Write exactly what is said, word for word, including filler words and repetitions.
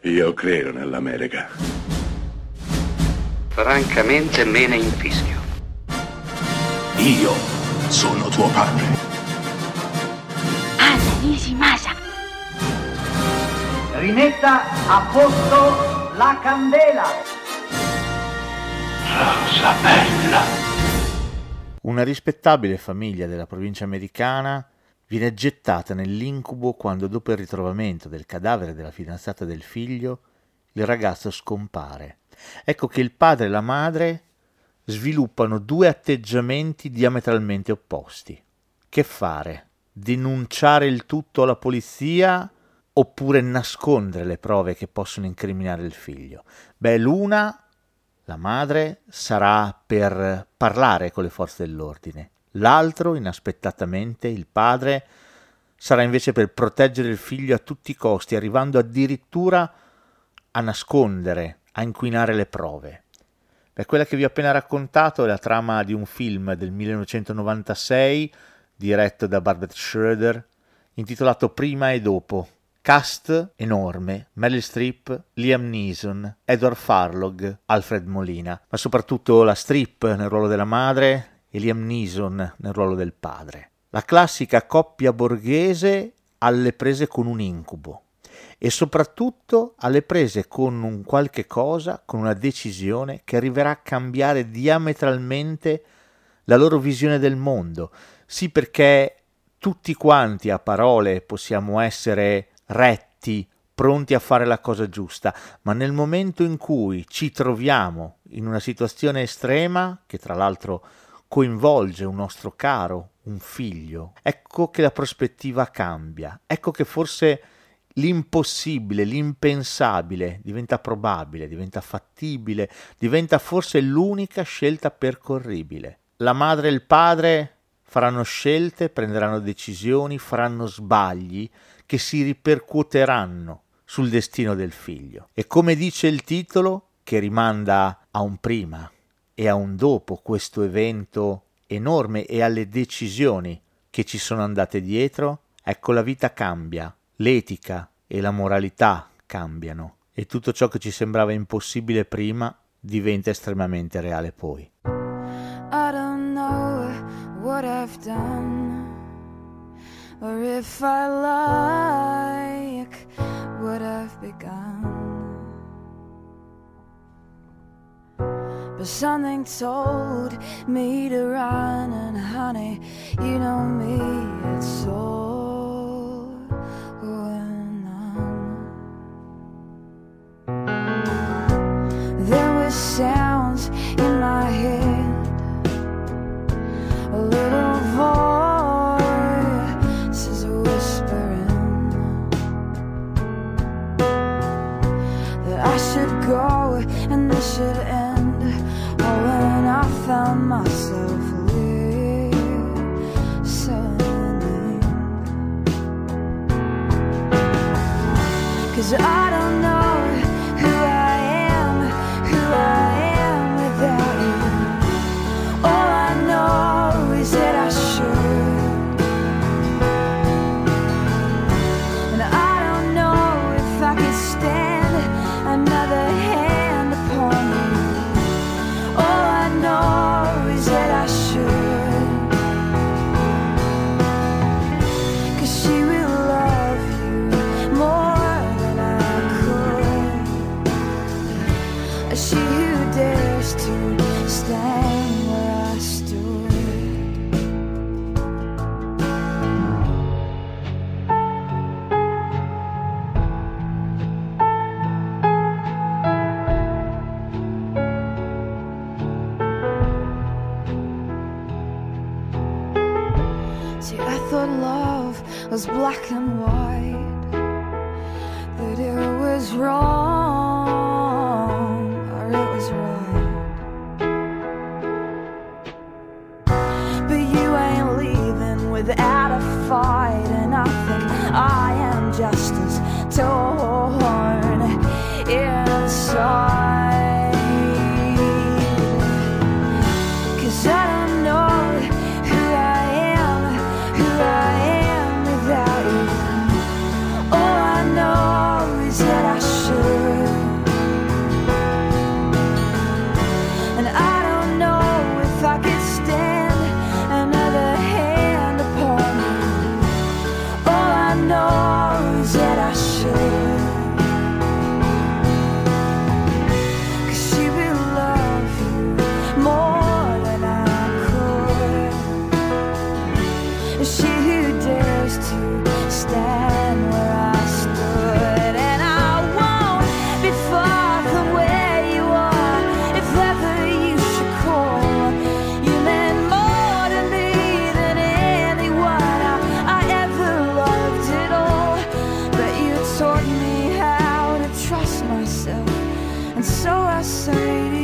Io credo nell'America. Francamente me ne infischio. Io sono tuo padre. Anna Nishimasa. Rimetta a posto la candela. Rosa bella. Una rispettabile famiglia della provincia americana viene gettata nell'incubo quando, dopo il ritrovamento del cadavere della fidanzata del figlio, il ragazzo scompare. Ecco che il padre e la madre sviluppano due atteggiamenti diametralmente opposti. Che fare? Denunciare il tutto alla polizia oppure nascondere le prove che possono incriminare il figlio? Beh, l'una, la madre, sarà per parlare con le forze dell'ordine. L'altro, inaspettatamente, il padre, sarà invece per proteggere il figlio a tutti i costi, arrivando addirittura a nascondere, a inquinare le prove. Beh, quella che vi ho appena raccontato è la trama di un film del millenovecentonovantasei, diretto da Barbet Schroeder, intitolato Prima e Dopo. Cast enorme: Meryl Streep, Liam Neeson, Edward Furlong, Alfred Molina, ma soprattutto la Streep nel ruolo della madre e Liam Neeson nel ruolo del padre. La classica coppia borghese alle prese con un incubo e soprattutto alle prese con un qualche cosa, con una decisione che arriverà a cambiare diametralmente la loro visione del mondo. Sì, perché tutti quanti a parole possiamo essere retti, pronti a fare la cosa giusta, ma nel momento in cui ci troviamo in una situazione estrema, che tra l'altro coinvolge un nostro caro, un figlio, ecco che la prospettiva cambia, ecco che forse l'impossibile, l'impensabile diventa probabile, diventa fattibile, diventa forse l'unica scelta percorribile. La madre e il padre faranno scelte, prenderanno decisioni, faranno sbagli che si ripercuoteranno sul destino del figlio. E come dice il titolo, che rimanda a un prima e a un dopo questo evento enorme e alle decisioni che ci sono andate dietro, ecco, la vita cambia, l'etica e la moralità cambiano e tutto ciò che ci sembrava impossibile prima diventa estremamente reale poi. I don't know what I've done or if I like what I've begun. But something told me to run, and honey, you know me, it's all or none. There were sounds in my head, a little voice is whispering that I should go and this should end. Oh, and I found myself listening, 'cause I don't know who I am, who I am without you. All I know is that I should, and I don't know if I could stand another hand upon you. All I know is that I should, 'cause she will love you more than I could. She who dares to stand where I stood. See, I thought love was black and white, that it was wrong or it was right. But you ain't leaving without a fight, and I think I am just as torn inside. 'Cause I don't know who I am, who I am without you. All I know is that I should. And so I say to